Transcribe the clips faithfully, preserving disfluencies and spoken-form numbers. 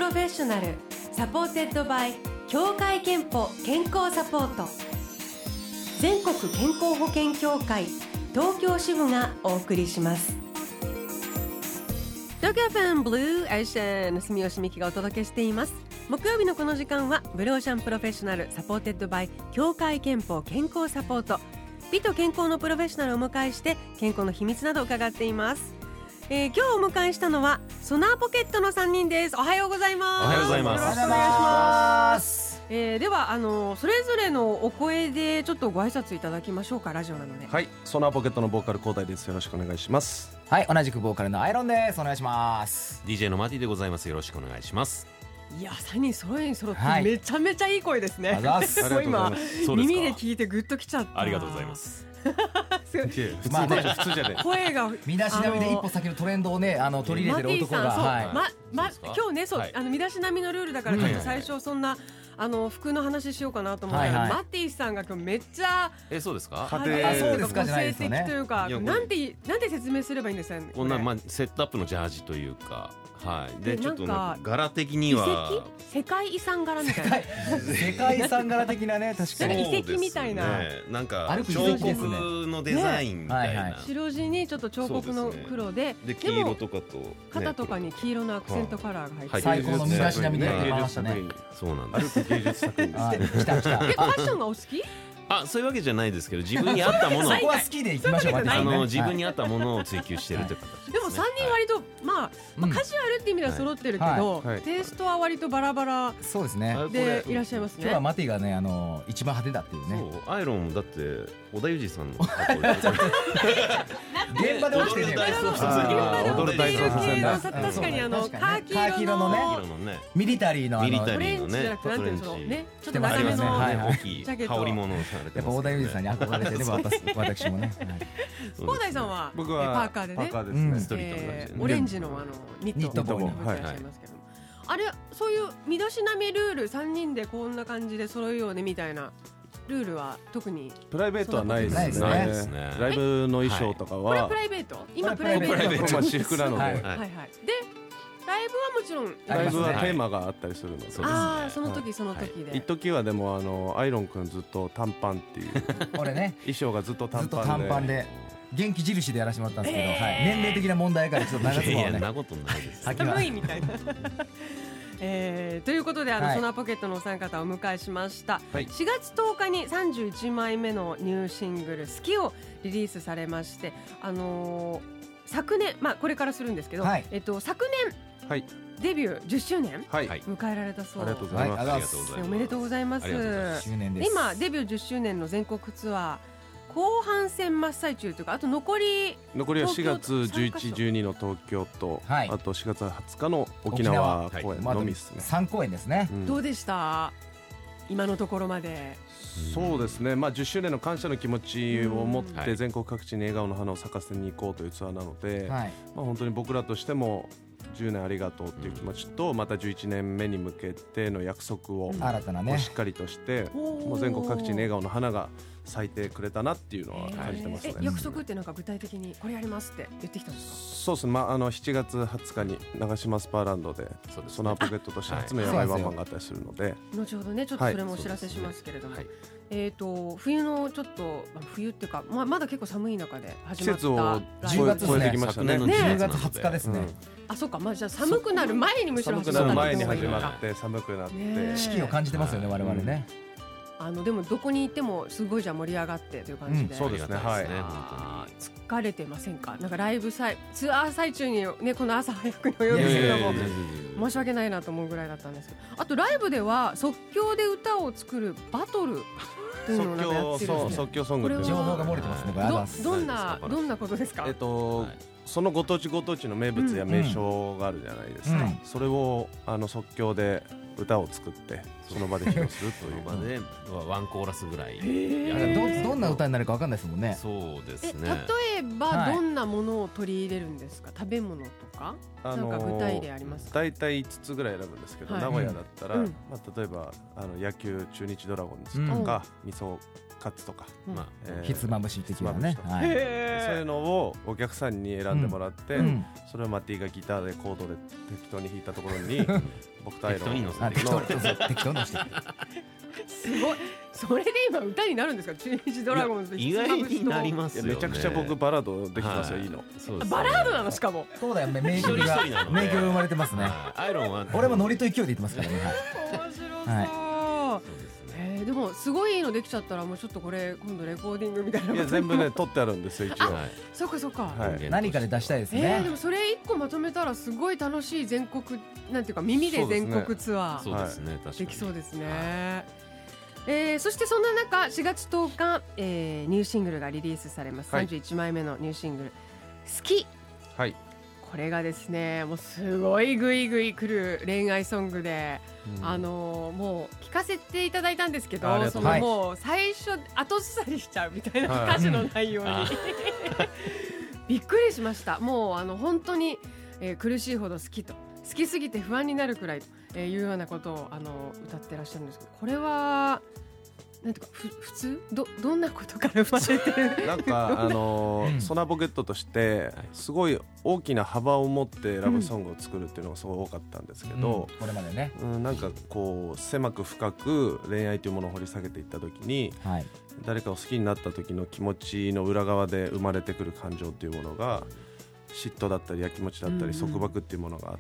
ロフェッショナルサポーテッドバイ協会憲法健康サポート、全国健康保険協会東京支部がお送りします。東京 エフエム ブルーエーシャン住吉美希がお届けしています。木曜日のこの時間はブルーオーシャンプロフェッショナルサポーテッドバイ協会憲法健康サポート、美と健康のプロフェッショナルをお迎えして健康の秘密などを伺っています。えー、今日お迎えしたのはソナーポケットのさんにんです。おはようございます。 おはようございます。 よろしくお願いします。えー、ではあのそれぞれのお声でちょっとご挨拶いただきましょうか。ラジオなので。 はい、ソナーポケットのボーカル交代です。よろしくお願いします。 はい、同じくボーカルのアイロンです。お願いします。 ディージェー のマティでございます。よろしくお願いします。 いや、さんにん揃いに揃ってはいめちゃめちゃいい声ですね。 ありがとうございますすごい今そうですか耳で聞いてグッときちゃった。 ありがとうございます。 普通まあね普通じゃね声が身だしなみで一歩先のトレンドをね、あの取り入れてる男が、 マティさん、 はい、 そう、ままそうですか今日ね、そう、 はいあの身だしなみのルールだからちょっと最初そんな、あの服の話しようかなと思ったら、 はいはいマティさんが今日めっちゃえ、そうですか。 家庭あそうですかじゃないですよね個性的というか、 いやこれなんてなんて説明すればいいんですかね。 こんな、 これまあ、セットアップのジャージというか、はいででちょっとなんかなんか柄的に遺は跡、世界遺産柄みたいな。 世界遺産柄的なね、確かになんか遺跡みたいなそうですね、なんか歩く遺彫跡ですね刻のデザインみたいな、 ねはいはい白地にちょっと彫刻の黒で、 で黄色とかと、ね、 肩とかに黄色のアクセントカラーが入ってる。 最高の身だしなみでやって芸ましたね術作品、 そうなんです。 歩く芸術作品ですあね。 来た来たえ、ファッションがお好き？ あ、そういうわけじゃないですけど、自分に合ったものをそこは好きでいきましょう。 そういうわけじゃないあのマティさんね自分に合ったものを追求してるという形ですね。 でもさんにん割と、まあ、まあうんカジュアルって意味では揃ってるけど、 はいはいテイストは割とバラバラそうですね。 はいでこれいらっしゃいますね。 今日はマティがね、あの一番派手だっていうね。 そう、アイロンもだって織田裕二さんの格好で現場で起きてるよ踊る大捜査あ線ー踊る大捜査線ださ確かにあの確かにねカーキカーキ色のね色の色のね、 ミリタリーのあのミリタオレンリーのねジじゃなくてなんていうのそのねちょっと長ありますねめのはいはい大きいジャケット羽織物をされてやっぱます小田裕二さんに憧れてね、私私もね。はい高大さんは僕はえパーカーでねパーカーですうんね。 ストリートの感じでねえーオレンジのあのニットニット帽を着てらっしゃいますけども、あれそういう身だしなみルールさんにんでこんな感じで揃うようねみたいなルールは特に。 プライベートはないないですねないですねライブの衣装とかはこれプライベート？今プこれライベート。 プライベートまあ私服なので、 はいはいはい。でライブはもちろんライブはありますねテーマがあったりするので、 そうですねああその時その時で。 一時はでもあのアイロン君ずっと短パンっていう俺ね、 衣装がずっとずっと短パンで短パンで元気印でやらせてもらったんですけど、 えーはい、年齢的な問題からちょっと長いやいや、 妻をねなことないです。 履きま寒いみたいな。えー、ということであの、 はいソナーポケットのお三方をお迎えしました、 はいしがつとおかにさんじゅういちまいめのニューシングル「好き」をリリースされまして、あのー、昨年、まあ、これからするんですけど、 はいえっと、昨はい年デビューじゅっしゅうねんはい、 はい迎えられたそうありがとうごはい、 ざいます。 ありがとうございます。 おめでとうございます。 ありがとうございます周年です。 今デビューじゅっしゅうねんの全国ツアー後半戦真っ最中というか、あと残り残りはしがつじゅういち、 東京じゅうにの東京と、 はいあとしがつはつかの沖縄公演まあのみですね。 さん公演ですね。 うんどうでした今のところまで。 そうですね、まあ、じゅっしゅうねんの感謝の気持ちを持っうんはいて全国各地に笑顔の花を咲かせに行こうというツアーなので、 はい。 まあ、本当に僕らとしてもじゅうねんありがとうっていう気持ちと、またじゅういちねんめに向けての約束を新たなね。 しっかりとして、もう全国各地に笑顔の花が咲いてくれたなっていうのは感じてますね。 え約束ってなんか具体的にこれやりますって言ってきたんですか？ そうですね、まあ、あのしちがつはつかに長島スパーランドでそうですねソナーポケットとして初の野外ワンマンがあったりするので、 後ほどねちょっとそれもお知らせしますけれども、 はいえー、と冬のちょっとまあ冬っていうか、まあ、まだ結構寒い中で始まった季節をライブじゅうがつですね超えてきましたね。 昨年のじゅうねがつはつかですね。 あそうか、まあ、じゃあ寒くなる前にむしろ寒く始まったなる前に方がいいのか始まって寒くなって、 ね四季を感じてますよね、我々ね。 あのでもどこに行ってもすごいじゃあ盛り上がってという感じで、 うんそうですねありがたいですね、 あ本ー疲れてませんか？なんかライブさいツアー最中に、ね、この朝早くにお呼びするのもいやいやいやいや申し訳ないなと思うぐらいだったんですけど、あとライブでは即興で歌を作るバトルというのをなんかやってるんですね。 即興そう即興ソングっていうこれは情報が漏れてますね、これ。ありがとうございます。 どどんなそうですどんなことですか？ えっと、 はいそのご当地ご当地の名物や名称があるじゃないですか、 うんそれをあの即興で歌を作ってその場で披露するというその場でワンコーラスぐらいへーやるどどんな歌になるかわかんないですもんね。 そうですえね。 例えばはいどんなものを取り入れるんですか？食べ物とかあなんか具体例ありますか？ 大体いつつぐらい選ぶんですけど、 はい名古屋だったら、 うんまあ、例えばあの野球中日ドラゴンズとか、味噌カツとか、 うんまあえーひつまぶし的なねひつまぶしと。かはいそういうへのをお客さんに選んでもらって、 うんそれをマティがギターでコードで適当に弾いたところに僕とアイロン適当に乗せてあ適当にそう適当にして。 すごい。それで今歌になるんですか？中日ドラゴンズで意外になりますよね。 いやめちゃくちゃ僕バラードできますよ、 はいいいの。 そうですねバラードなのしかも。 そうだよね、名曲が一人一人なので名曲が生まれてますね。 はいアイロンは俺もノリと勢いで言ってますからね。はい面白そう。 はそうですね。 えーでもすごいのできちゃったらもうちょっとこれ今度レコーディングみたいないや全部ね撮ってあるんですよ一応。 はいそっかそっか。 はい何かで出したいですえー、でね。 もそれ一個まとめたらすごい楽しい全国なんていうか耳で全国ツアーそうですね。確かでにきそうですね。えーそしてそんな中しがつとおか、えーニューシングルがリリースされます、 はいさんじゅういちまいめのニューシングル「好き」。 はい。 これがですねもうすごいグイグイ来る恋愛ソングで、 うんあのーもう聞かせていただいたんですけどありがとそうのございますもう最初後ずさりしちゃうみたいなはい歌詞の内容に、 あびっくりしました。もうあの本当に、えー苦しいほど好きと好きすぎて不安になるくらいとえーいうようなことをあの歌ってらっしゃるんですけど、これはなんていうかふ普通どどんなことから生まれてるなんかあのーうんソナボケットとしてすごい大きな幅を持ってラブソングを作るっていうのがすごい多かったんですけど、 うんこれまでね。 うんなんかこう狭く深く恋愛というものを掘り下げていった時にはい。 誰かを好きになった時の気持ちの裏側で生まれてくる感情っていうものが嫉妬だったりやきもちだったりうんうん束縛っていうものがあって、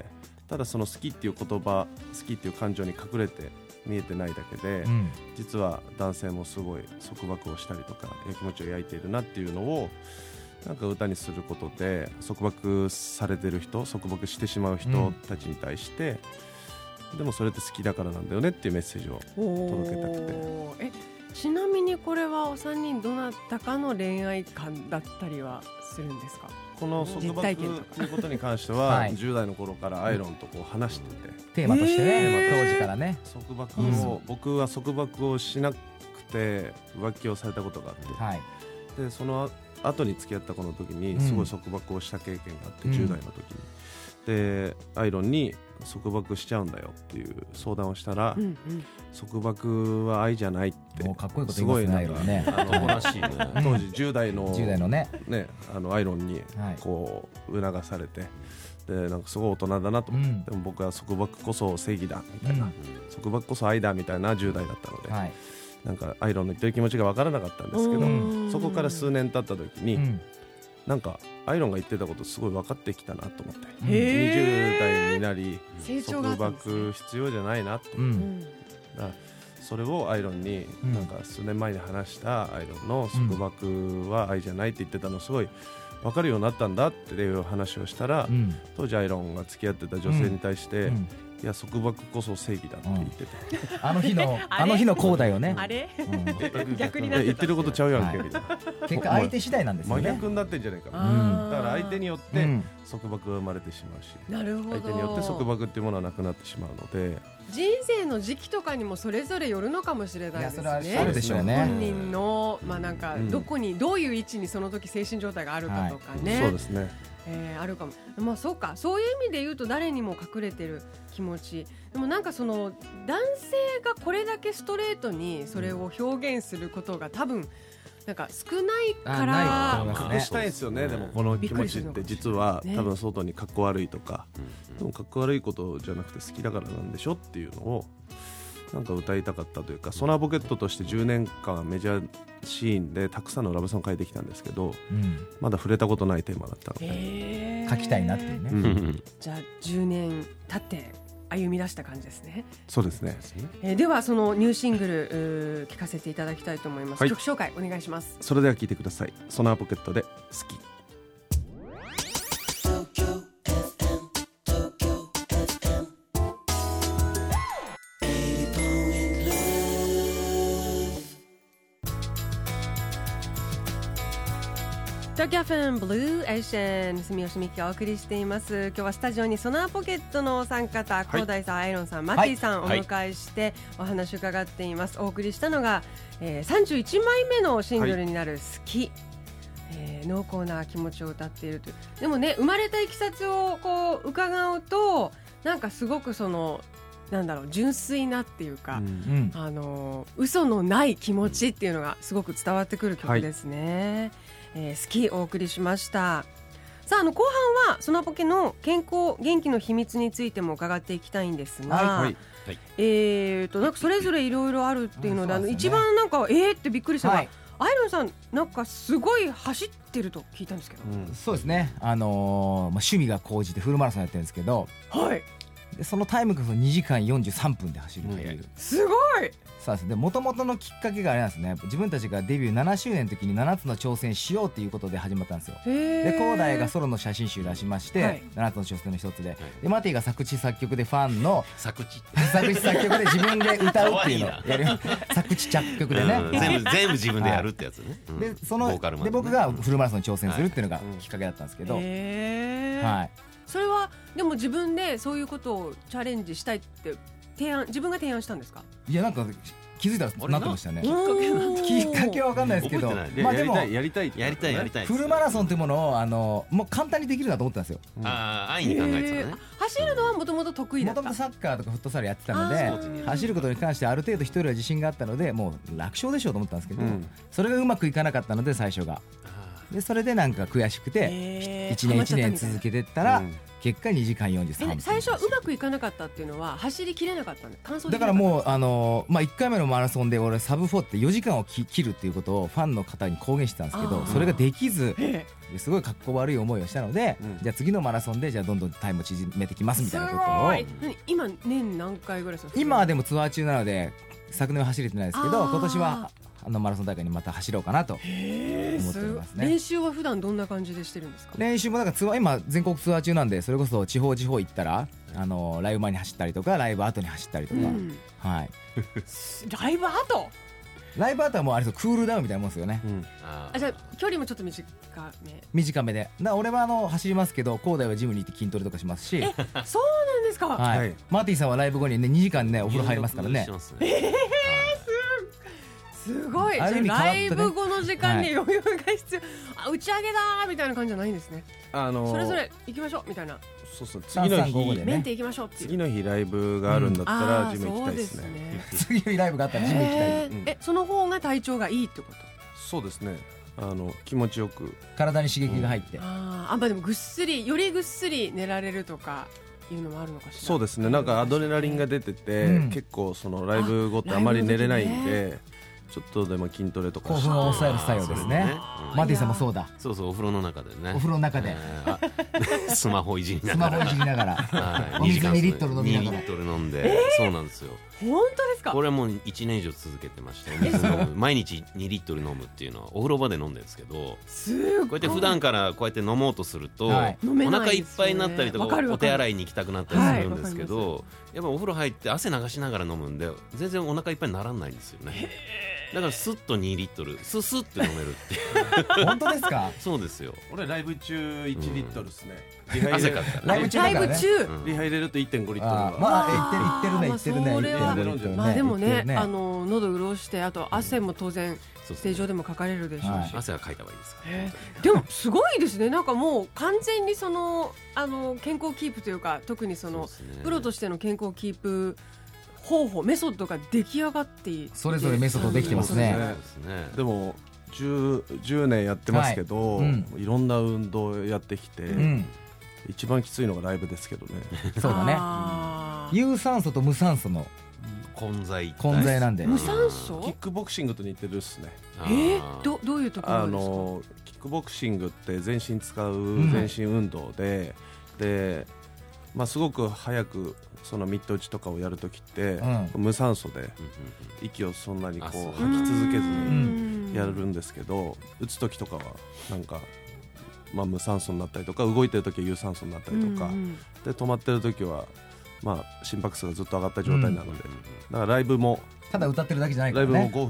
ただその好きっていう言葉好きっていう感情に隠れて見えてないだけで、 うん実は男性もすごい束縛をしたりとかやきもちを焼いているなっていうのをなんか歌にすることで束縛されてる人束縛してしまう人たちに対して、でもそれって好きだからなんだよねっていうメッセージを届けたくて。 おーえちなみにこれはお三人どなたかの恋愛観だったりはするんですか？ この束実縛体験とかということに関してははいじゅう代の頃からアイロンとこう話してて、 テーマとしてえーね、当時からね。 束縛を、僕は束縛をしなくて浮気をされたことがあって、 はい。 でその後に付き合った子の時うんにすごい束縛をした経験があって、 うんじゅう代の時にでアイロンに束縛しちゃうんだよっていう相談をしたら、 うんうん束縛は愛じゃないってもうかっこいいことす言いますね、 ごいなんかアイロンね。 あ男らしいね。 うん当時じゅう代のじゅう代のね。 ね、あのアイロンにはい。 こう促されてでなんかすごい大人だなと思って、 うんでも僕は束縛こそ正義だみたいな、 うん束縛こそ愛だみたいなじゅう代だったので、 はい。 なんかアイロンの言ってる気持ちが分からなかったんですけど、 うんそこから数年経った時に、 うんなんかアイロンが言ってたことすごい分かってきたなと思って、 うんへーにじゅう代になり成長があ束ったんですね縛必要じゃないなって、 ううんんだからそれをアイロンにうんなんか数年前に話したアイロンの束縛は愛じゃないって言ってたのすごい分かるようになったんだっていう話をしたら、 うん当時アイロンが付き合ってた女性に対して、 うんいや束縛こそ正義だって言ってて、 あの日のあれあの日のこうだよね。 あれうん逆になってたえ言ってることちゃうやんけ、 はいみたいな結果相手次第なんですよね。 真逆になってんじゃないかな、 あーだから相手によってうん束縛が生まれてしまうし、 なるほど相手によって束縛っていうものはなくなってしまうので、 人生の時期とかにもそれぞれよるのかもしれないですいやそれはねあるでしょうね本人のまあなんかうんどこにどういう位置にその時精神状態があるかとかね、 そうですね、 えーあるかも。まあそうか、そういう意味で言うと誰にも隠れてる気持ち。でもなんかその男性がこれだけストレートにそれを表現することが多分なんか少ないかあないと思いら。 ますね隠したいですよね、でもこの気持ちって実はね多分外にかっこ悪いとか、 うんでもかっこ悪いことじゃなくて好きだからなんでしょっていうのをなんか歌いたかったというか、ソナーポケットとしてじゅうねんかんメジャーシーンでたくさんのラブソング書いてきたんですけど、 うんまだ触れたことないテーマだったので、 へー書きたいなっていうね。 うんじゃあじゅうねん経って歩み出した感じですね。 そうですね。 えーではそのニューシングルうー聞かせていただきたいと思います。 はい曲紹介お願いします。 それでは聴いてください。ソナーポケットで好き。 東京フェンブルーエーシェン住吉美希がお送りしています。今日はスタジオにソナーポケットのお三方、広大さん、アイロンさん、マッティさんをお迎えしてお話を伺っています。お送りしたのが、えー、さんじゅういちまいめのシングルになる好き、えー、濃厚な気持ちを歌っているという。でもね、生まれたいきさつをこう伺うと、なんかすごくそのなんだろう、純粋なっていうか、うん、あの嘘のない気持ちっていうのがすごく伝わってくる曲ですね、はい、えー、好きお送りしました。さあ、あの後半はソナポケの健康元気の秘密についても伺っていきたいんですが、はいはい、えーとなんかそれぞれいろいろあるっていうので、あの一番なんかえーってびっくりしたのが、はい、アイロンさんなんかすごい走ってると聞いたんですけど、 うん、そうですね、あのーまあ、趣味が高じてフルマラソンやってるんですけど、 はい、 でそのタイムがにじかんよんじゅうさんぷんで走るという、うん、 すごい。 そうですね。もともとのきっかけがあれなんですね。自分たちがデビューななしゅうねんの時にななつの挑戦しようということで始まったんですよ。で広大がソロの写真集出しまして、はい、ななつの挑戦の一つで、はい、でマティが作詞作曲でファンの作詞作詞作曲で自分で歌うっていうのをやる作詞作曲でね、 うん、全部全部自分でやるってやつね、はい、 でそので僕がフルマラソンに挑戦するっていうのがきっかけだったんですけど、はい、 はい、それはでも自分でそういうことをチャレンジしたいって提案、自分が提案したんですか？ いや、なんか気づいたらなってましたね。 きっかけなんてきっかけは分かんないですけど、まあでもやりたいやりたいやりたいフルマラソンっていうものをあのもう簡単にできるなと思ったんですよ。 うん、ああ、安易に考えてたね。 走るのはもともと得意だった。 もともとサッカーとかフットサルやってたので、走ることに関してある程度一人は自信があったので、もう楽勝でしょうと思ったんですけど、うん、それがうまくいかなかったので最初が。でそれでなんか悔しくていちねんいちねん続けてったら、うん、結果にじかんよんじゅうさんぷん。 最初はうまくいかなかったっていうのは走りきれなかったんで、完走できなかったんですか？ だからもうあのーまあ、いっかいめのマラソンで俺サブフォーってよじかんをき切るっていうことをファンの方に公言してたんですけど、それができずすごい格好悪い思いをしたので、うん、じゃあ次のマラソンでじゃあどんどんタイムを縮めてきますみたいなことを。 今年何回ぐらいですか？ 今はでもツアー中なので昨年は走れてないですけど、今年はあのマラソン大会にまた走ろうかなと思ってますね。 練習は普段どんな感じでしてるんですか？ 練習もなんかツアー今全国ツアー中なんで、それこそ地方地方行ったらあのライブ前に走ったりとかライブ後に走ったりとか、うん、はい。 ライブ後？ ライブ後はもうあれですクールダウンみたいなもんですよね。うん、 ああ、じゃあ距離もちょっと短め短めで。だから俺はあの走りますけど、広大はジムに行って筋トレとかしますし。 え、そうなんですか？ はい。はい、マーティさんはライブ後にねにじかんねお風呂入りますからね。 えーすごい。ライブ後の時間に余裕が必要、はい、あ、打ち上げだみたいな感じじゃないんですね。あのー、それぞれ行きましょうみたいな。 そうそう、次の日メンテ行きましょうっていう。 次の日ライブがあるんだったら、うん、ジム行きたいですね。 次の日ライブがあったらジム行きたい、 えーうん、え、その方が体調がいいってこと？ そうですね、あの気持ちよく体に刺激が入って、うん、 ああ、まあでもぐっすりよりぐっすり寝られるとかいうのもあるのかしら。 そうですね、なんかアドレナリンが出てて、うん、結構そのライブ後ってあまり寝れないんで、ちょっとでも筋トレとか興奮を抑える作用ですね。マティさんもそうだ。 そうそう、お風呂の中でね。 お風呂の中で、 スマホいじりながら。 スマホいじりながら。お水にリットル飲みながら。 にリットル飲んで、そうなんですよ。 本当ですか？ これはもういちねん以上続けてました。お水飲む、毎日にリットル飲むっていうのはお風呂場で飲んでるんですけど、 すごい。 こうやって普段からこうやって飲もうとすると、はい、お腹いっぱいになったりとか、お手洗いに行きたくなったりするんですけど、はい、やっぱお風呂入って汗流しながら飲むんで、全然お腹いっぱいにならないんですよね。だからスッとにリットルススッて飲めるっていう。 本当ですか？ そうですよ。 俺ライブ中いちリットルですね、 うん、汗かったライブ中だからね。 リハ入れると いってんごリットルは、 まあ言ってる言ってるね言ってるね言ってるね言ってるね。 まあでもね、あの喉潤してあと汗も当然ステージ上でもかかれるでしょうし、はい、 汗はかいた方がいいですからね。でもすごいですね。なんかもう完全にそのあの健康キープというか、特にそのそ、ね、プロとしての健康キープ方法メソッドが出来上がっていて、 それぞれメソッドできてますね。 でも 10, じゅうねんやってますけど、はい、うん、いろんな運動をやってきて、うん、一番きついのがライブですけどね。 そうだね、有酸素と無酸素の混在混在なんで。 無酸素？ キックボクシングと似てるっすね。 えー、ど, どういうところですか？あのキックボクシングって全身使う全身運動で、うん、で、まあ、すごく早くそのミット打ちとかをやるときって、うん、無酸素で息をそんなにこう吐き続けずにやるんですけど、打つときとかはなんか、まあ、無酸素になったりとか、動いてるときは有酸素になったりとか、で止まってるときはまあ心拍数がずっと上がった状態なので、だからライブもただ歌ってるだけじゃないからね。 ライブもごふん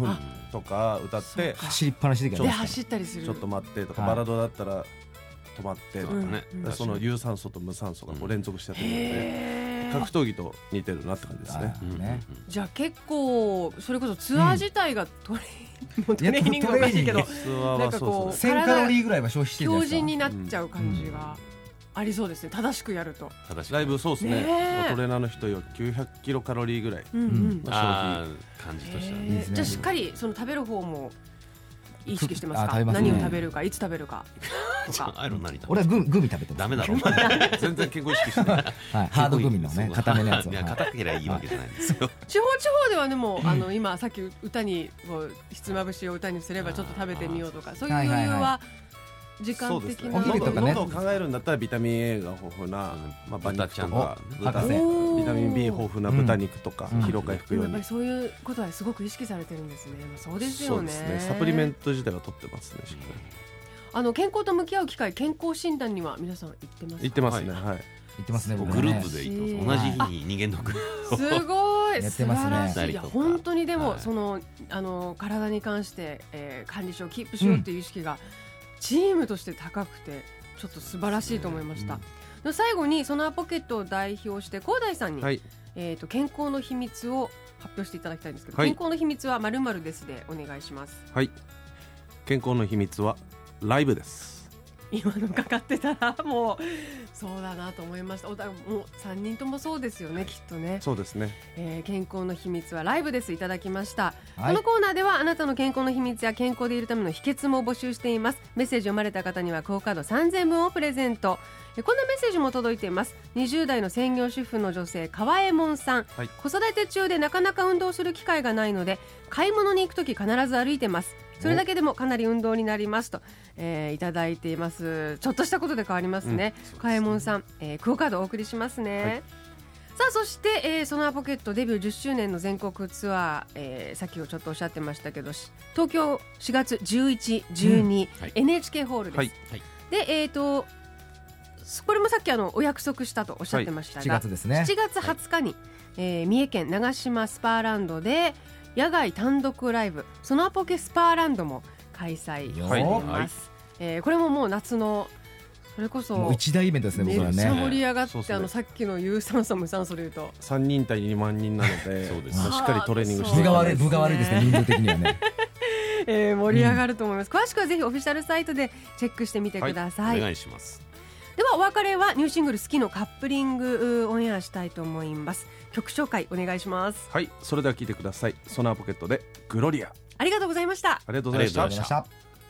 とか歌って走りっぱなしでで走ったりする、 ちょっと待ってとか、バラードだったら止まってとかね、その有酸素と無酸素がこう連続してやってるので、格闘技と似てるなって感じですね。 じゃあ結構それこそツアー自体がトレーニングおかしいけど、なんかこうせんカロリーぐらいは消費してるんですか。 強靭になっちゃう感じがありそうですね、正しくやると。 ライブそうですね、トレーナーの人よきゅうひゃくキロカロリーぐらいの消費感じとしてはね。じゃあしっかりその食べる方も意識してますか。何を食べるか、いつ食べるか。 俺はグミ食べてます。 ダメだろ全然健康意識してない。 ハードグミのね、固めのやつを。 硬ければいいわけじゃないんですよ。 地方地方ではでもあの今さっき歌にひつまぶしを歌にすればちょっと食べてみようとか、そういう余裕は時間的な。 喉を考えるんだったらビタミン A が豊富な馬肉とか、ビタミン B 豊富な豚肉とか疲労回復用に。 やっぱりそういうことはすごく意識されてるんですね。そうですよね。 サプリメント自体は取ってますね。 あの健康と向き合う機会、健康診断には皆さん行ってますか。 行ってますね。はい。 行ってますね。 グループで行ってます。同じ日に人間ドック。 すごい。 やってますね。 いや本当にでもそのあの体に関して管理をキープしようっていう意識がチームとして高くてちょっと素晴らしいと思いました。最後にソナーポケットを代表して広大さんにえと健康の秘密を発表していただきたいんですけど、健康の秘密は〇〇ですでお願いします。 はい。健康の秘密はライブです。 今のかかってたらもうそうだなと思いました。おだもうさんにんともそうですよね、きっとね。 そうですね、 えー、健康の秘密はライブです。いただきました、はい、このコーナーではあなたの健康の秘密や健康でいるための秘訣も募集しています。メッセージ読まれた方にはクオカードさんぜんぶんをプレゼント。こんなメッセージも届いています。にじゅう代の専業主婦の女性川右衛門さん、はい、子育て中でなかなか運動する機会がないので買い物に行くとき必ず歩いてます。それだけでもかなり運動になりますと、えー、いただいています。ちょっとしたことで変わりますね、うん、川右衛門さん、えー、クオカードお送りしますね、はい、さあそして、えー、ソナーポケットデビューじゅっしゅうねんの全国ツアー、えー、さっきちょっとおっしゃってましたけど東京しがつじゅういち、じゅうに、うんはい、エヌエイチケー ホールです、はいはい、で、えーとこれもさっきあのお約束したとおっしゃってましたが、 はい、しちがつですね。 しちがつはつかに、はいえー、三重県長島スパーランドで野外単独ライブソナーポケスパーランドも開催しています、はいえー、これももう夏のそれこそもう一大イベントですね。僕はねめっちゃ盛り上がって、ね、あのさっきの有酸素無酸素でいうとさんにん対にまんにんなのでそうですしっかりトレーニングして分が悪い分が悪いですね、人数的にはねえー、盛り上がると思います、うん、詳しくはぜひオフィシャルサイトでチェックしてみてください、はい、 お願いします。 ではお別れはニューシングル好きのカップリングオンエアしたいと思います。曲紹介お願いします。 はい、それでは聴いてください。ソナーポケットでグロリア。 ありがとうございました。 ありがとうございました。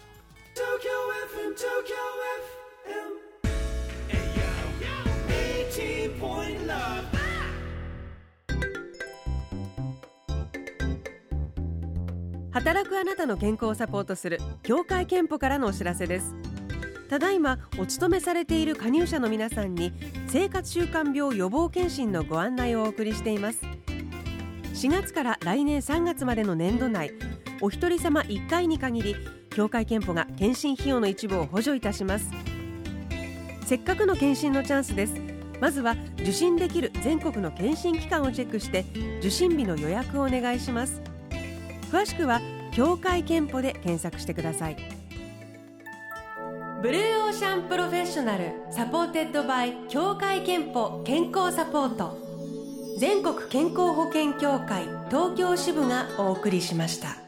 働くあなたの健康をサポートする協会憲法からのお知らせです。ただいまお勤めされている加入者の皆さんに生活習慣病予防検診のご案内をお送りしています。しがつから来年さんがつまでの年度内、お一人様いっかいに限り協会憲法が検診費用の一部を補助いたします。せっかくの検診のチャンスです。まずは受診できる全国の検診機関をチェックして受診日の予約をお願いします。詳しくは協会憲法で検索してください。ブルーオーシャンプロフェッショナルサポーテッドバイ協会憲法健康サポート、全国健康保険協会東京支部がお送りしました。